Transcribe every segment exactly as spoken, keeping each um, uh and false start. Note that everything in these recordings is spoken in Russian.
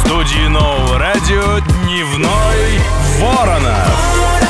студии Нового радио «Дневной Воронов».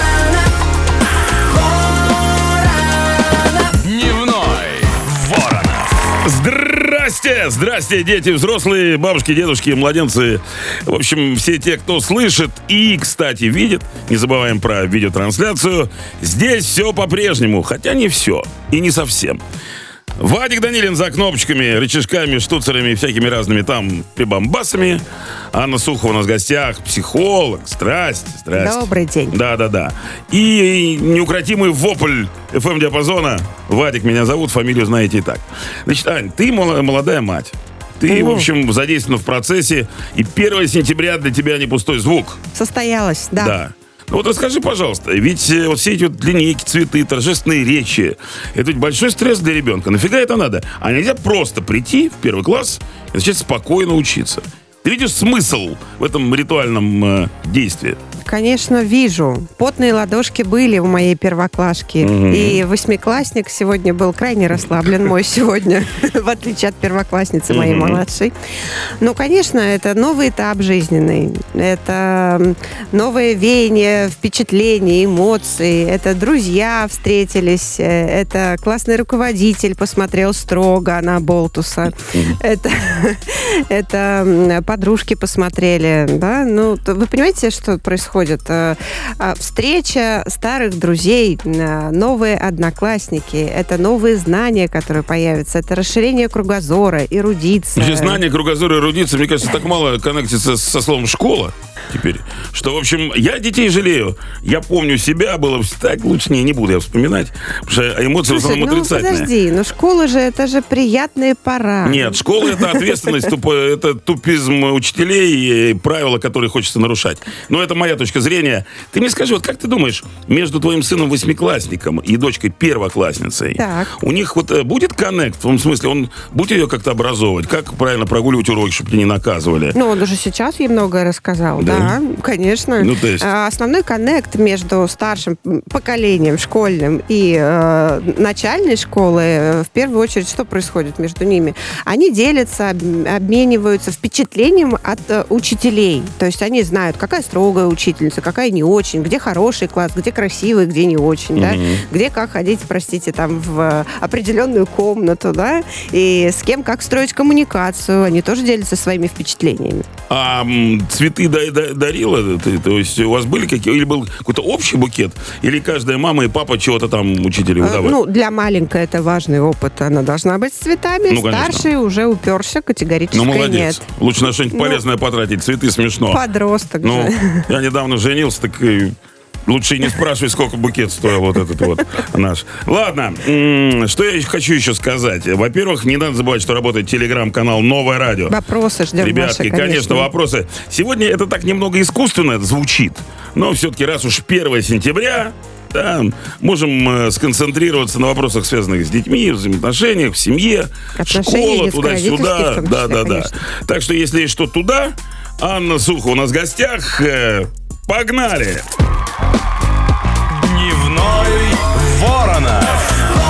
Дневной Воронов. Здрасте! Здрасте, дети, взрослые, бабушки, дедушки, младенцы. В общем, все те, кто слышит и, кстати, видит. Не забываем про видеотрансляцию. Здесь все по-прежнему, хотя не все и не совсем. Вадик Данилин за кнопочками, рычажками, штуцерами, всякими разными там прибамбасами. Анна Сухова у нас в гостях, психолог. Здрасте, здрасте. Добрый день. Да-да-да. И неукротимый вопль эф эм-диапазона. Вадик меня зовут, фамилию знаете и так. Значит, Ань, ты молодая мать. Ты, угу. в общем, задействована в процессе. И первого сентября для тебя не пустой звук. Состоялось, да. Да. Ну вот расскажи, пожалуйста, ведь э, вот все эти вот линейки, цветы, торжественные речи, это ведь большой стресс для ребенка. Нафига это надо? А нельзя просто прийти в первый класс и начать спокойно учиться? Ты видишь смысл в этом ритуальном э, действии? Конечно, вижу. Потные ладошки были у моей первоклашки. Mm-hmm. И восьмиклассник сегодня был крайне расслаблен, мой сегодня, в отличие от первоклассницы моей mm-hmm. младшей. Ну, конечно, это новый этап жизненный. Это новое веяние впечатлений, эмоций. Это друзья встретились. Это классный руководитель посмотрел строго на Болтуса. Mm-hmm. Это, это подружки посмотрели. Да? Ну, вы понимаете, что происходит? Встреча старых друзей, новые одноклассники, это новые знания, которые появятся, это расширение кругозора, эрудиция. Значит, знание, кругозор, эрудиция, мне кажется, так мало коннектится со словом «школа» теперь, что, в общем, я детей жалею. Я помню себя, было так лучше, не, не буду я вспоминать, потому что эмоции в основном отрицательные. Ну, подожди, но школа же, это же приятная пора. Нет, школа — это ответственность, это тупизм учителей и правила, которые хочется нарушать. Но это моя точка зрения. Ты мне скажи, вот как ты думаешь, между твоим сыном восьмиклассником и дочкой первоклассницей, так. у них вот будет коннект, в том смысле, он будет ее как-то образовывать, как правильно прогуливать уроки, чтобы тебя не наказывали? Ну, он уже сейчас ей многое рассказал, да, да конечно. Ну, то есть... Основной коннект между старшим поколением, школьным и э, начальной школы, в первую очередь, что происходит между ними? Они делятся, обмениваются впечатлением от э, учителей. То есть они знают, какая строгая учительница, какая не очень, где хороший класс, где красивый, где не очень, mm-hmm. да, где как ходить, простите, там в определенную комнату, да, и с кем как строить коммуникацию, они тоже делятся своими впечатлениями. А м, цветы да, да, дарила ты? То есть у вас были какие? Или был какой-то общий букет? Или каждая мама и папа чего-то там учителю выдавали? Ну, для маленькой это важный опыт, она должна быть с цветами, ну, старший уже уперся, категорически ну, молодец. Нет. Лучше на что-нибудь ну, полезное потратить, цветы смешно. Подросток ну, же. Я недавно женился, так и лучше не спрашивай, сколько букет стоил вот этот вот наш. Ладно, что я хочу еще сказать. Во-первых, не надо забывать, что работает телеграм-канал «Новое радио». Вопросы ждем Ребятки, ваши, конечно. конечно, вопросы. Сегодня это так немного искусственно звучит, но все-таки раз уж первого сентября, да, можем э, сконцентрироваться на вопросах, связанных с детьми, взаимоотношениях, в семье, отношения, школа, туда-сюда. Да, да, да. Так что, если есть что туда, Анна Сухова у нас в гостях. Э, погнали! Дневной Воронов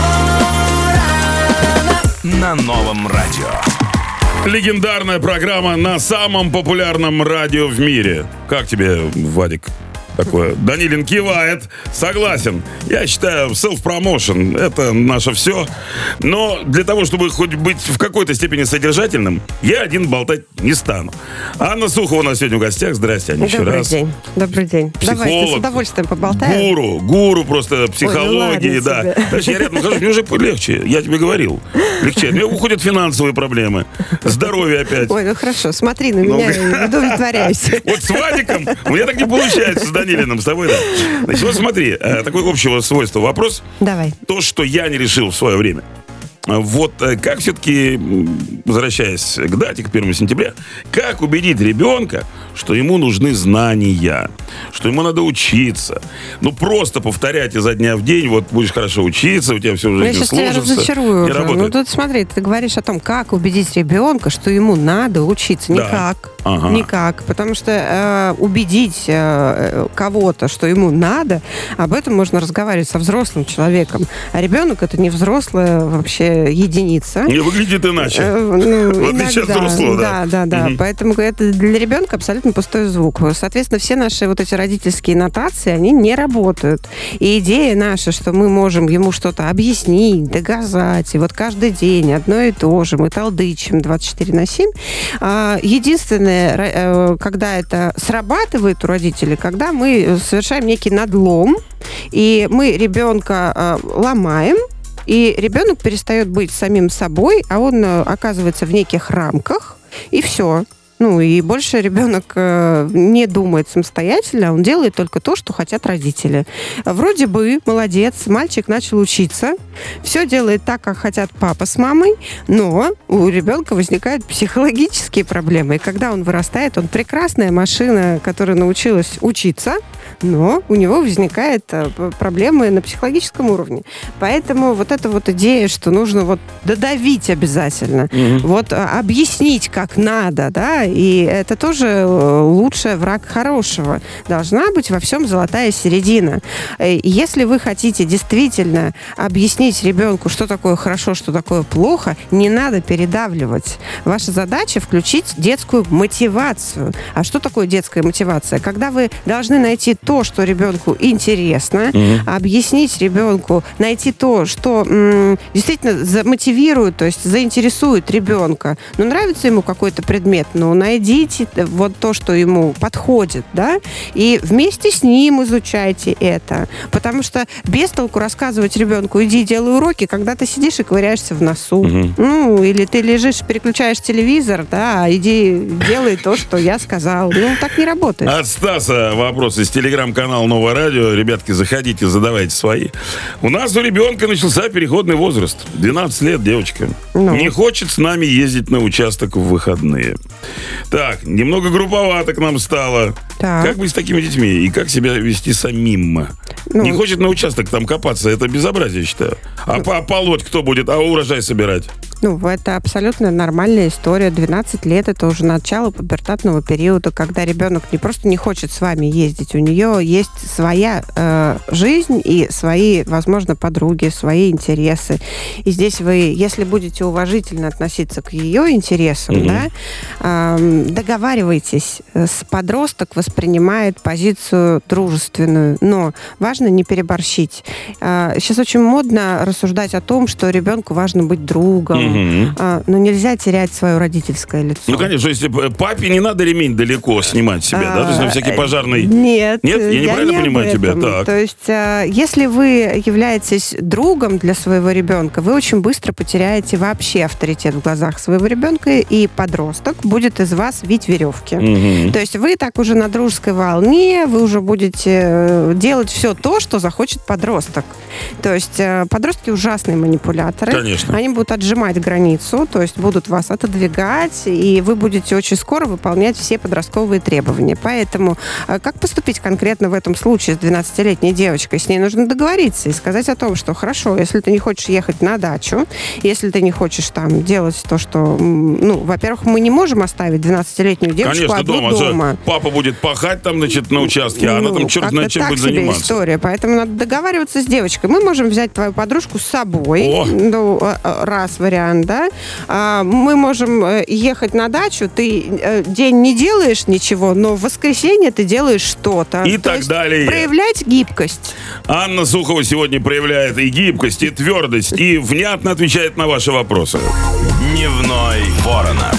на Новом радио. Легендарная программа на самом популярном радио в мире. Как тебе, Вадик? Такое. Данилин кивает. Согласен. Я считаю, self-promotion — это наше все. Но для того, чтобы хоть быть в какой-то степени содержательным, я один болтать не стану. Анна Сухова у нас сегодня в гостях. Здрасте, Аня, еще раз. Добрый день. Добрый день. Психолог. Давайте с удовольствием поболтаем. Гуру. Гуру просто психологии. Ой, ну да. Дальше я рядом хожу, мне уже легче. Я тебе говорил. Легче. Мне уходят финансовые проблемы. Здоровье опять. Ой, ну хорошо. Смотри на меня и удовлетворяйся. Вот с Вадиком у меня так не получается, с Данилиным, с тобой, да. Значит, вот смотри, такой общего свойства вопрос. Давай. То, что я не решил в свое время. Вот как все-таки, возвращаясь к дате, к первому сентября, как убедить ребенка, что ему нужны знания? что ему надо учиться. Ну, просто повторять изо дня в день, вот будешь хорошо учиться, у тебя все в жизни сложится. Я сейчас тебя разочарую уже. Ну, тут смотри, ты говоришь о том, как убедить ребенка, что ему надо учиться. Да. Никак. Ага. Никак. Потому что э, убедить э, кого-то, что ему надо, об этом можно разговаривать со взрослым человеком. А ребенок — это не взрослая вообще единица. Не выглядит иначе. Э, ну, в отличие от взрослого, да. Да, да, да. Угу. Поэтому это для ребенка абсолютно пустой звук. Соответственно, все наши вот эти родительские нотации, они не работают. И идея наша, что мы можем ему что-то объяснить, доказать, и вот каждый день одно и то же, мы толдычим двадцать четыре на семь. Единственное, когда это срабатывает у родителей, когда мы совершаем некий надлом, и мы ребенка ломаем, и ребенок перестает быть самим собой, а он оказывается в неких рамках, и все. Ну, и больше ребенок э, не думает самостоятельно, он делает только то, что хотят родители. Вроде бы, молодец, мальчик начал учиться, все делает так, как хотят папа с мамой, но у ребенка возникают психологические проблемы. И когда он вырастает, он прекрасная машина, которая научилась учиться, но у него возникают э, проблемы на психологическом уровне. Поэтому вот эта вот идея, что нужно вот додавить обязательно, mm-hmm. вот а, объяснить, как надо, да, и это тоже лучший враг хорошего. Должна быть во всем золотая середина. Если вы хотите действительно объяснить ребенку, что такое хорошо, что такое плохо, не надо передавливать. Ваша задача включить детскую мотивацию. А что такое детская мотивация? Когда вы должны найти то, что ребенку интересно, mm-hmm. объяснить ребенку, найти то, что м- действительно замотивирует, то есть заинтересует ребенка. Ну, нравится ему какой-то предмет, ну, найдите вот то, что ему подходит, да, и вместе с ним изучайте это. Потому что без толку рассказывать ребенку, иди делай уроки, когда ты сидишь и ковыряешься в носу. Угу. Ну, или ты лежишь, переключаешь телевизор, да, иди делай то, что я сказал. Ну, так не работает. От Стаса вопрос из телеграм-канала «Новое радио». Ребятки, заходите, задавайте свои. У нас у ребенка начался переходный возраст. двенадцать лет, девочка. Ну. Не хочет с нами ездить на участок в выходные. Так, немного групповато к нам стало. Так. Как быть с такими детьми? И как себя вести самим? Ну, не хочет на участок там копаться, это безобразие, я считаю. А ну, полоть кто будет? А урожай собирать? Ну, это абсолютно нормальная история. двенадцать лет — это уже начало пубертатного периода, когда ребенок не просто не хочет с вами ездить, у нее есть своя э, жизнь и свои, возможно, подруги, свои интересы. И здесь вы, если будете уважительно относиться к ее интересам, mm-hmm. да, э, договаривайтесь. С подросток воспринимает позицию дружественную, но важно не переборщить. Э, сейчас очень модно рассуждать о том, что ребенку важно быть другом, угу. а, но нельзя терять свое родительское лицо. Ну, конечно, если папе не надо ремень далеко снимать себе, а, да? То есть на всякий пожарный... Нет. Нет? Я неправильно я не понимаю тебя? Так. То есть, а, если вы являетесь другом для своего ребенка, вы очень быстро потеряете вообще авторитет в глазах своего ребенка, и подросток будет из вас вить веревки. Угу. То есть вы так уже на дружеской волне, вы уже будете делать все то, что захочет подросток. То есть подростки ужасные манипуляторы. Конечно. Они будут отжимать границу, то есть будут вас отодвигать, и вы будете очень скоро выполнять все подростковые требования. Поэтому как поступить конкретно в этом случае с двенадцатилетней девочкой? С ней нужно договориться и сказать о том, что хорошо, если ты не хочешь ехать на дачу, если ты не хочешь там делать то, что... Ну, во-первых, мы не можем оставить двенадцатилетнюю девочку Конечно, одну дома. дома. Папа будет пахать там, значит, на участке, а ну, она там черт знает чем будет заниматься. История. Поэтому надо договариваться с девочкой. Мы можем взять твою подружку с собой. О. Ну, раз вариант, да. Мы можем ехать на дачу, ты день не делаешь ничего, но в воскресенье ты делаешь что-то. И То так есть далее. Проявлять гибкость. Анна Сухова сегодня проявляет и гибкость, и твердость, и внятно отвечает на ваши вопросы. Дневной Воронов.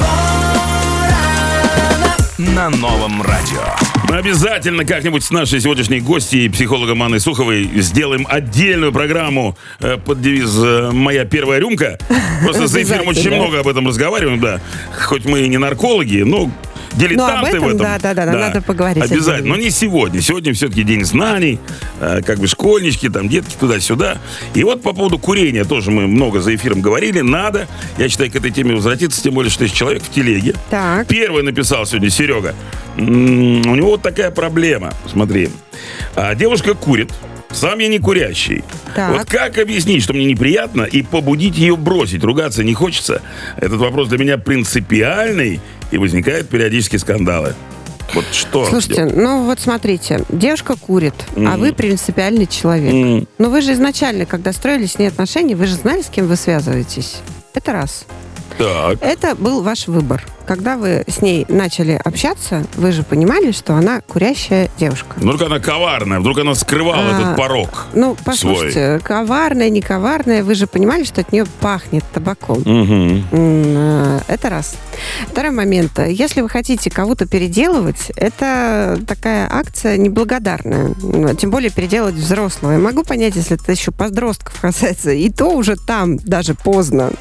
На новом радио. Мы обязательно как-нибудь с нашей сегодняшней гостьей, психологом Анной Суховой, сделаем отдельную программу э, под девиз «Моя первая рюмка». Просто за эфиром очень много об этом разговариваем, да. Хоть мы и не наркологи, но дилетанты этом, в этом. Да, да, да, да, надо поговорить. Обязательно, но не сегодня. Сегодня все-таки день знаний, э, как бы школьнички, там детки туда-сюда. И вот по поводу курения тоже мы много за эфиром говорили. Надо, я считаю, к этой теме возвратиться, тем более, что есть человек в телеге. Так. Первый написал сегодня Серега. м- у него вот такая проблема. Смотри, а, девушка курит, сам я не курящий. Так. Вот как объяснить, что мне неприятно, и побудить ее бросить? Ругаться не хочется. Этот вопрос для меня принципиальный, и возникают периодически скандалы. Вот что? Слушайте, делать? ну вот смотрите, девушка курит, Мгм. а вы принципиальный человек. М. Но вы же изначально, когда строили с ней отношения, вы же знали, с кем вы связываетесь. Это раз. Так. Это был ваш выбор. Когда вы с ней начали общаться, вы же понимали, что она курящая девушка. Вдруг она коварная, вдруг она скрывала А, этот порог. Ну, послушайте, коварная, не коварная, вы же понимали, что от нее пахнет табаком. Мгм. М, э, Это раз. Второй момент. Если вы хотите кого-то переделывать, это такая акция неблагодарная. Ну, Тем более переделать взрослого. Я могу понять, если это еще подростков касается, и то уже там даже поздно.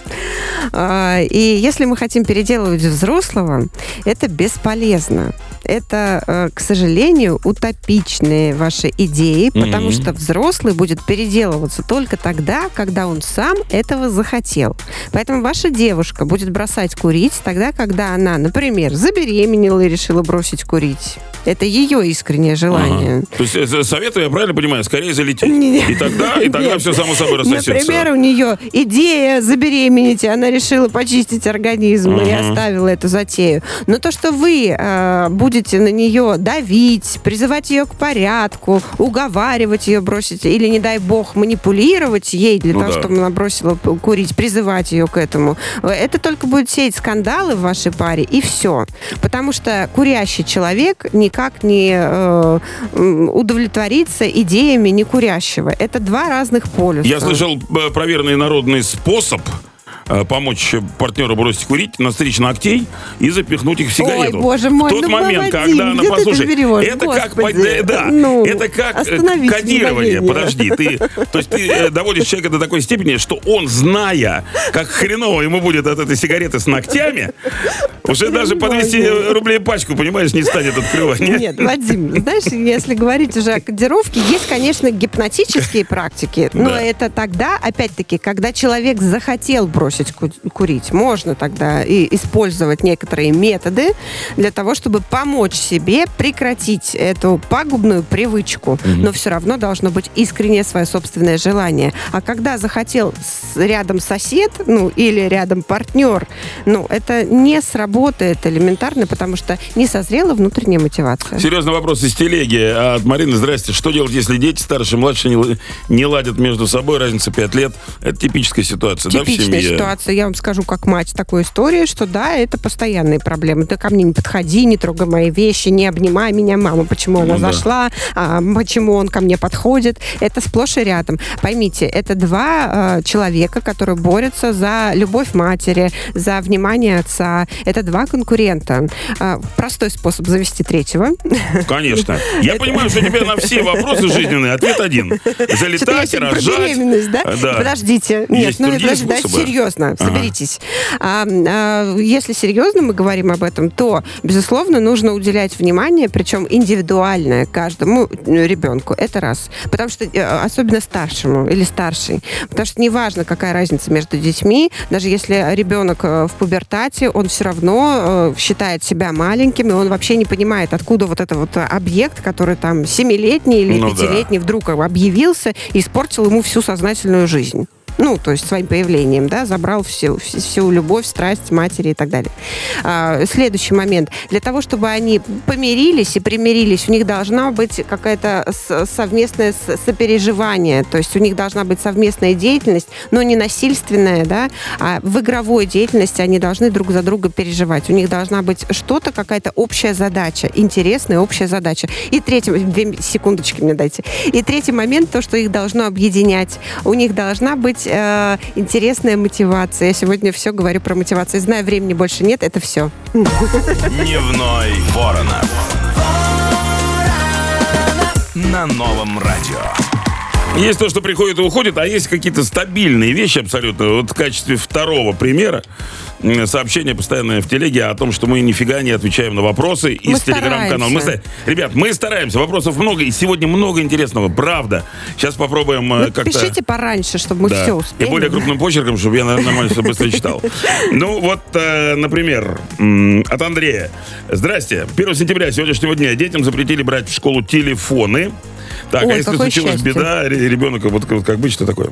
А, И если мы хотим переделывать взрослого, это бесполезно. Это, э, к сожалению, утопичные ваши идеи, потому Мгм. что взрослый будет переделываться только тогда, когда он сам этого захотел. Поэтому ваша девушка будет бросать курить тогда, когда она, например, забеременела и решила бросить курить. Это ее искреннее желание. Ага. То есть э, советую, я правильно понимаю, скорее залететь. Не- И тогда, и тогда Нет. все само собой рассосется. Например, у нее идея забеременеть, и она решила почистить организм и Мгм. оставила эту затею. Но то, что вы э, будете на нее давить, призывать ее к порядку, уговаривать ее бросить, или, не дай бог, манипулировать ей для Ну того, да. чтобы она бросила п- курить, призывать ее к этому, э, это только будет сеять скандалы в вашей паре, и все. Потому что курящий человек никак не э, м, удовлетворится идеями некурящего. Это два разных полюса. Я слышал э, проверенный народный способ э, помочь партнеру бросить курить, настричь ногтей и запихнуть их в сигарету. Ой, боже мой, в тот ну, момент, Вадим, когда она, где ты это послушай, берешь? это как, Господи, под- да, ну, это как э, остановите кодирование. мгновение. Подожди, ты, то есть ты э, доводишь человека до такой степени, что он, зная, как хреново ему будет от этой сигареты с ногтями, уже даже по двести рублей пачку, понимаешь, не станет открывать. Нет? Нет, Вадим, знаешь, если говорить уже о кодировке, есть, конечно, гипнотические практики, но Да. это тогда, опять-таки, когда человек захотел бросить ку- курить, можно тогда и использовать некоторые методы для того, чтобы помочь себе прекратить эту пагубную привычку. Но все равно должно быть искреннее свое собственное желание. А когда захотел с- рядом сосед, ну, или рядом партнер, ну, это не сработает элементарно, потому что не созрела внутренняя мотивация. Серьезный вопрос из телеги от Марины. Здрасте. Что делать, если дети старше и младше не, л- не ладят между собой? Разница пять лет. Это типическая ситуация, да, в Типичная семье? ситуация. Я вам скажу, как мать такой истории, что да, это постоянные проблемы. Ты ко мне не подходи, не трогай мои вещи, не обнимай меня, мама, почему она Ну да. зашла, а, почему он ко мне подходит. Это сплошь и рядом. Поймите, это два э, человека, которые борются за любовь матери, за внимание отца. Это два конкурента. А, простой способ завести третьего. Конечно. Я понимаю, что у тебя на все вопросы жизненные ответ один. Что-то я Залетать, сегодня про рожать. беременность, да? Да. Подождите. Нет, Есть ну другие это да, способы? серьезно, Ага. соберитесь. А, а, если серьезно мы говорим об этом, то, безусловно, нужно уделять внимание, причем индивидуальное каждому ребенку. Это раз. Потому что, э, особенно старшему или старшей. Потому что неважно, какая разница между детьми, даже если ребенок э, в пубертате, он все равно э, считает себя маленьким, и он вообще не понимает, откуда вот этот вот объект, который там семилетний или Ну да. пятилетний вдруг объявился и испортил ему всю сознательную жизнь. Ну, то есть своим появлением, да, забрал всю, всю, всю любовь, страсть матери и так далее. А, следующий момент. Для того, чтобы они помирились и примирились, у них должна быть какая-то с- совместное с- сопереживание, то есть у них должна быть совместная деятельность, но не насильственная, да, а в игровой деятельности они должны друг за друга переживать. У них должна быть что-то, какая-то общая задача, интересная общая задача. И третий, две секундочки мне дайте. И третий момент, то, что их должно объединять. У них должна быть э, интересная мотивация. Я сегодня все говорю про мотивацию. Знаю, времени больше нет, это все. Дневной Воронов. На новом радио. Есть то, что приходит и уходит, а есть какие-то стабильные вещи абсолютно. Вот в качестве второго примера сообщения постоянно в телеге о том, что мы нифига не отвечаем на вопросы из телеграм-канала. Мы, ребят, мы стараемся, вопросов много, и сегодня много интересного, правда. Сейчас попробуем вы как-то... Пишите пораньше, чтобы мы да. все успели. И более крупным почерком, чтобы я нормально все быстро читал. Ну, вот, например, от Андрея. Здрасте. первого сентября сегодняшнего дня детям запретили брать в школу телефоны. Так, Ой, а если случилась счастье. беда, ребенок, вот как быть, что такое?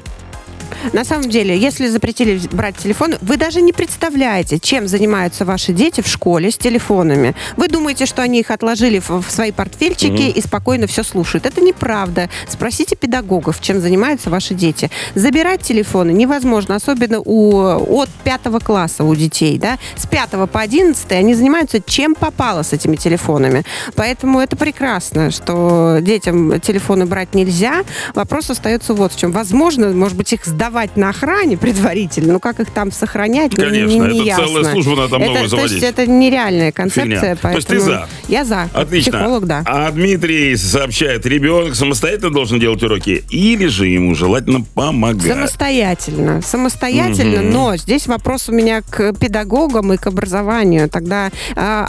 На самом деле, если запретили брать телефон, вы даже не представляете, чем занимаются ваши дети в школе с телефонами. Вы думаете, что они их отложили в, в свои портфельчики mm-hmm. и спокойно все слушают. Это неправда. Спросите педагогов, чем занимаются ваши дети. Забирать телефоны невозможно, особенно у, от пятого класса у детей. Да? С пятого по одиннадцатый они занимаются чем попало с этими телефонами. Поэтому это прекрасно, что детям телефоны брать нельзя. Вопрос остается вот в чем. Возможно, может быть, их сдавать на охране предварительно, но как их там сохранять, конечно, не, не, не это ясно. Целая служба надо там это, новую заводить. То есть это нереальная концепция. Фигня. Поэтому... То есть ты за? Я за. Отлично. Психолог, да. А Дмитрий сообщает, ребенок самостоятельно должен делать уроки или же ему желательно помогать? Самостоятельно. Самостоятельно, угу. но здесь вопрос у меня к педагогам и к образованию. Тогда э,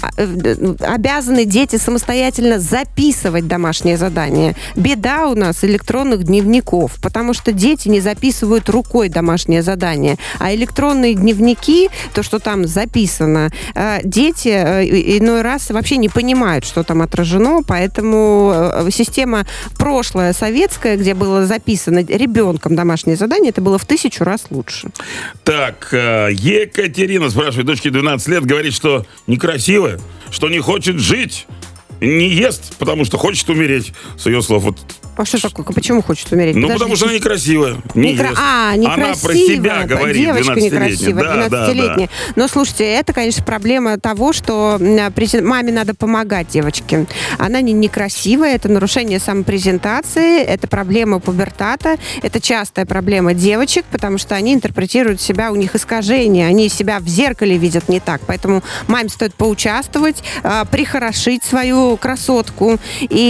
обязаны дети самостоятельно записывать домашнее задание. Беда у нас электронных дневников, потому что дети не записывают рукой домашнее задание. А электронные дневники, то, что там записано, дети иной раз вообще не понимают, что там отражено, поэтому система прошлая, советская, где было записано ребенком домашнее задание, это было в тысячу раз лучше. Так, Екатерина спрашивает, дочке двенадцать лет, говорит, что некрасиво, что не хочет жить, не ест, потому что хочет умереть. С ее слов вот. А что такое? Почему хочет умереть? Ну, Подожди. потому что она некрасивая. Не Некра... ест. А, некрасивая. Она про себя говорит, девочка некрасивая, да, двенадцатилетняя. Да, да. Но, слушайте, это, конечно, проблема того, что маме надо помогать девочке. Она не некрасивая, это нарушение самопрезентации, это проблема пубертата, это частая проблема девочек, потому что они интерпретируют себя, у них искажения, они себя в зеркале видят не так. Поэтому маме стоит поучаствовать, прихорошить свою красотку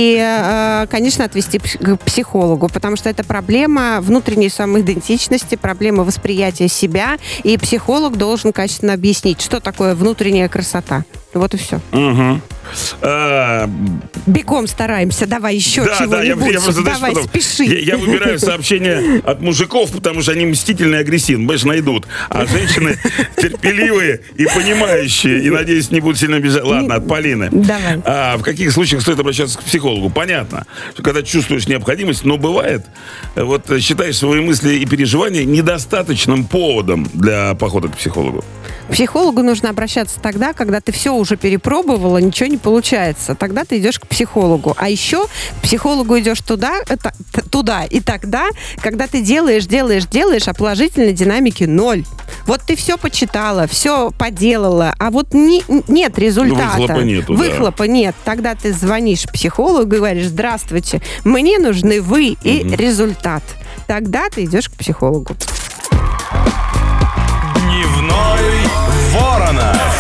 и, конечно, отвести к психологу, потому что это проблема внутренней самоидентичности, проблема восприятия себя, и психолог должен качественно объяснить, что такое внутренняя красота. Вот и все. Угу. А... Бегом стараемся, давай еще да, чего-нибудь. Да, я, я давай, потом, спеши. Я, я выбираю сообщения от мужиков, потому что они мстительные и агрессивные, больше найдут. А женщины терпеливые и понимающие, и, надеюсь, не будут сильно обижать. Ладно, от Полины. Давай. А в каких случаях стоит обращаться к психологу? Понятно, что когда чувствуешь необходимость, но бывает, вот считаешь свои мысли и переживания недостаточным поводом для похода к психологу. К психологу нужно обращаться тогда, когда ты все уже перепробовала, ничего не получается. Тогда ты идешь к психологу. А еще к психологу идешь туда, это, туда и тогда, когда ты делаешь, делаешь, делаешь, а положительной динамики ноль. Вот ты все почитала, все поделала, а вот не, нет результата. Выхлопа нету, Выхлопа да. нет. Тогда ты звонишь психологу и говоришь: здравствуйте, мне нужны вы и угу. результат. Тогда ты идешь к психологу. Дневной Воронов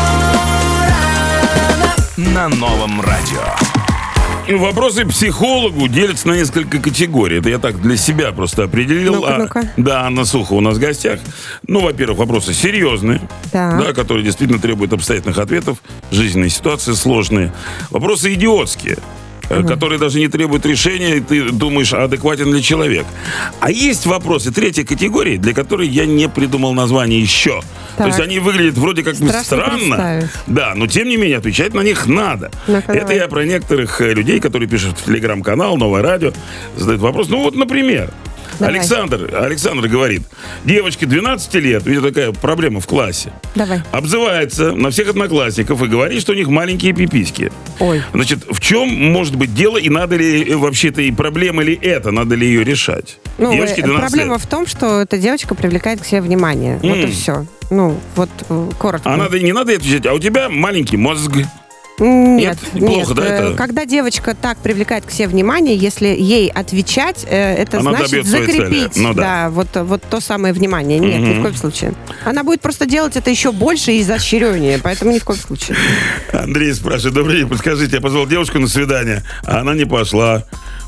на новом радио. Вопросы к психологу делятся на несколько категорий. Это я так для себя просто определил. Ну-ка, а, ну-ка. Да, Анна Сухова у нас в гостях. Ну, во-первых, вопросы серьезные, да. Да, которые действительно требуют обстоятельных ответов. Жизненные ситуации сложные. Вопросы идиотские, угу. которые даже не требуют решения, и ты думаешь, адекватен ли человек. А есть вопросы третьей категории, для которой я не придумал название еще. Так. То есть они выглядят вроде как бы странно, да, но тем не менее отвечать на них надо. Ну-ка, это давай. Я про некоторых людей, которые пишут в телеграм-канал, Новое радио, задают вопрос. Ну вот, например, давай. Александр, Александр говорит, девочке двенадцать лет, видите, такая проблема в классе. Давай. Обзывается на всех одноклассников и говорит, что у них маленькие пиписьки. Ой. Значит, в чем может быть дело и надо ли вообще-то и проблема ли это, надо ли ее решать? Ну, девочке двенадцать проблема лет. в том, что эта девочка привлекает к себе внимание. Mm. Вот и все. Ну, вот коротко. А надо, не надо отвечать, а у тебя маленький мозг. Нет, нет, плохо, нет. Да, это? Когда девочка так привлекает к себе внимание, если ей отвечать, это она значит закрепить ну, да. Да, вот, вот то самое внимание. Нет, угу. ни в коем случае. Она будет просто делать это еще больше и изощреннее, поэтому ни в коем случае. Андрей спрашивает, добрый день, подскажите, я позвал девушку на свидание, а она не пошла.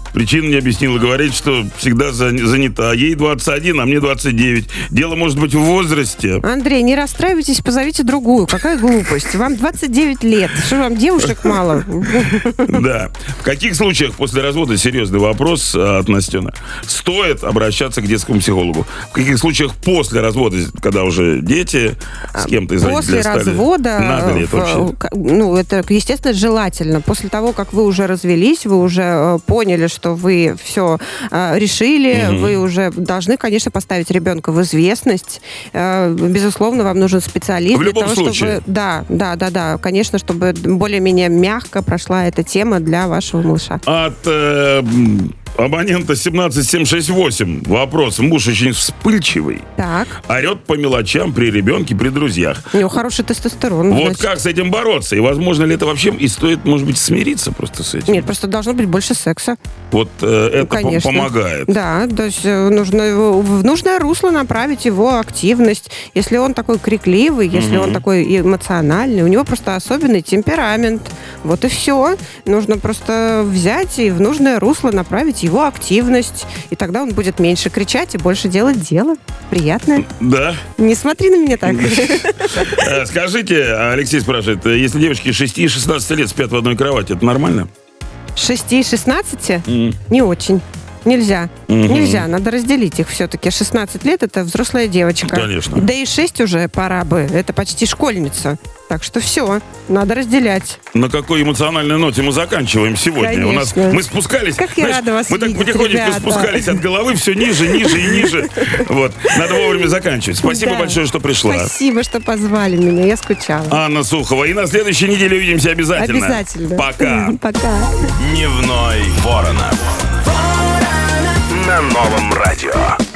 Причину не объяснила. Говорит, что всегда занята. Ей двадцать один, а мне двадцать девять. Дело может быть в возрасте. Андрей, не расстраивайтесь, позовите другую. Какая глупость. Вам двадцать девять лет. Что вам, девушек мало? Да. В каких случаях после развода, серьезный вопрос от Настены, стоит обращаться к детскому психологу? В каких случаях после развода, когда уже дети с кем-то из родителей После стали? развода, Надо ли это вообще? Ну, это, естественно, желательно. После того, как вы уже развелись, вы уже поняли, что вы все решили, угу. вы уже должны, конечно, поставить ребенка в известность. Безусловно, вам нужен специалист. В любом для того, случае. Чтобы, да, да, да, да. Конечно, чтобы более-менее мягко прошла эта тема для вашего малыша. От э, абонента семнадцать семь шесть восемь вопрос. Муж очень вспыльчивый. Так. Орет по мелочам при ребенке, при друзьях. У него хороший тестостерон. Вот значит. как с этим бороться? И возможно ли это вообще? И стоит, может быть, смириться просто с этим? Нет, просто должно быть больше секса. Вот э, это ну, по- помогает. Да, то есть нужно его, в нужное русло направить его активность. Если он такой крикливый, если mm-hmm. он такой эмоциональный, у него просто особенный темперамент. Вот и все. Нужно просто взять и в нужное русло направить его активность. И тогда он будет меньше кричать и больше делать дело. Приятное. Да. Не смотри на меня так. Скажите, Алексей спрашивает, если девочки шести и шестнадцати лет спят в одной кровати, это нормально? шести и шестнадцати? Mm. Не очень. Нельзя. Mm-hmm. Нельзя, надо разделить их все-таки. шестнадцать лет — это взрослая девочка. Конечно. Да и шесть уже пора бы. Это почти школьница. Так что все, надо разделять. На какой эмоциональной ноте мы заканчиваем сегодня? Конечно. У нас мы спускались. Как я знаешь, рада вас мы так видеть, потихонечку ребята. спускались от головы все ниже, ниже и ниже. Вот. Надо вовремя заканчивать. Спасибо Да. большое, что пришла. Спасибо, что позвали меня. Я скучала. Анна Сухова. И на следующей неделе увидимся обязательно. Обязательно. Пока. Пока. Дневной Воронов. На новом радио.